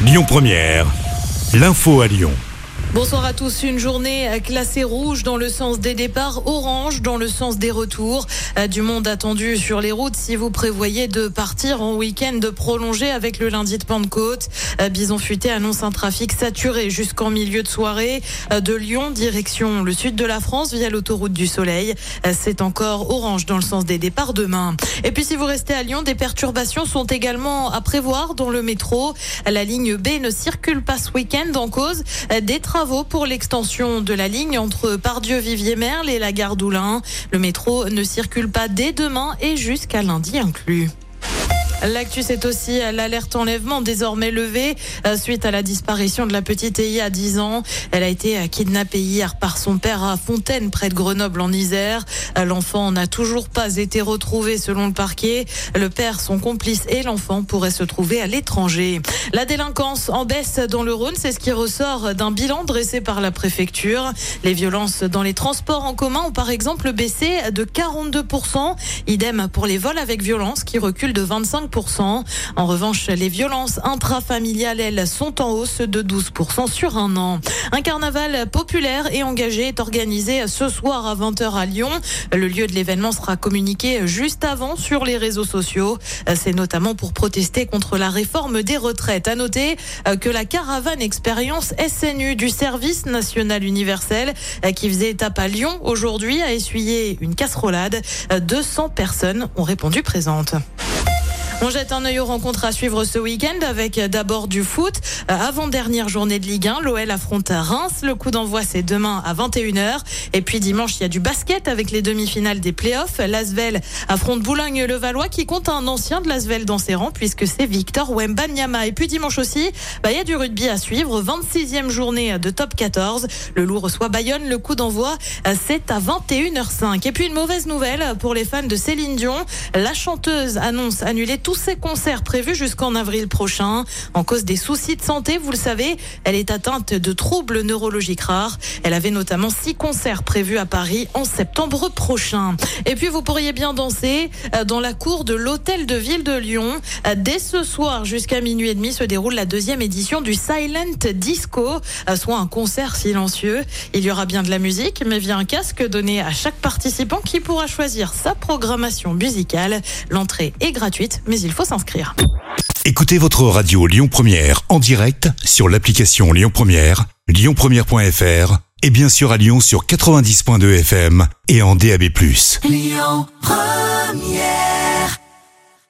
Lyon Première, l'info à Lyon. Bonsoir à tous. Une journée classée rouge dans le sens des départs, orange dans le sens des retours. Du monde attendu sur les routes si vous prévoyez de partir en week-end prolongé avec le lundi de Pentecôte. Bison Futé annonce un trafic saturé jusqu'en milieu de soirée. De Lyon, direction le sud de la France via l'autoroute du Soleil. C'est encore orange dans le sens des départs demain. Et puis si vous restez à Lyon, des perturbations sont également à prévoir dans le métro. La ligne B ne circule pas ce week-end en cause des travaux pour l'extension de la ligne entre Pardieu-Viviers-Merle et la gare d'Oulin. Le métro ne circule pas dès demain et jusqu'à lundi inclus. L'actu, c'est aussi l'alerte enlèvement désormais levée suite à la disparition de la petite Eya à 10 ans. Elle a été kidnappée hier par son père à Fontaine, près de Grenoble en Isère. L'enfant n'a toujours pas été retrouvé selon le parquet. Le père, son complice et l'enfant pourraient se trouver à l'étranger. La délinquance en baisse dans le Rhône, c'est ce qui ressort d'un bilan dressé par la préfecture. Les violences dans les transports en commun ont par exemple baissé de 42%. Idem pour les vols avec violence qui reculent de 25%. En revanche, les violences intrafamiliales, elles, sont en hausse de 12% sur un an. Un carnaval populaire et engagé est organisé ce soir à 20h à Lyon. Le lieu de l'événement sera communiqué juste avant sur les réseaux sociaux. C'est notamment pour protester contre la réforme des retraites. À noter que la caravane expérience SNU du Service National Universel qui faisait étape à Lyon aujourd'hui a essuyé une casserolade. 200 personnes ont répondu présentes. On jette un œil aux rencontres à suivre ce week-end avec d'abord du foot. Avant-dernière journée de Ligue 1, l'OL affronte Reims. Le coup d'envoi, c'est demain à 21h. Et puis dimanche, il y a du basket avec les demi-finales des playoffs. L'Asvel affronte Boulogne-le-Valois qui compte un ancien de l'Asvel dans ses rangs puisque c'est Victor Wembanyama. Et puis dimanche aussi, il y a du rugby à suivre. 26e journée de top 14. Le Loup reçoit Bayonne. Le coup d'envoi, c'est à 21h05. Et puis une mauvaise nouvelle pour les fans de Céline Dion. La chanteuse annonce annuler tous ses concerts prévus jusqu'en avril prochain. En cause des soucis de santé, vous le savez, elle est atteinte de troubles neurologiques rares. Elle avait notamment 6 concerts prévus à Paris en septembre prochain. Et puis vous pourriez bien danser dans la cour de l'Hôtel de Ville de Lyon. Dès ce soir jusqu'à minuit et demi se déroule la 2e édition du Silent Disco, soit un concert silencieux. Il y aura bien de la musique, mais via un casque donné à chaque participant qui pourra choisir sa programmation musicale. L'entrée est gratuite, mais il faut s'inscrire. Écoutez votre radio Lyon Première en direct sur l'application Lyon Première, lyonpremière.fr et bien sûr à Lyon sur 90.2 FM et en DAB+. Lyon Première.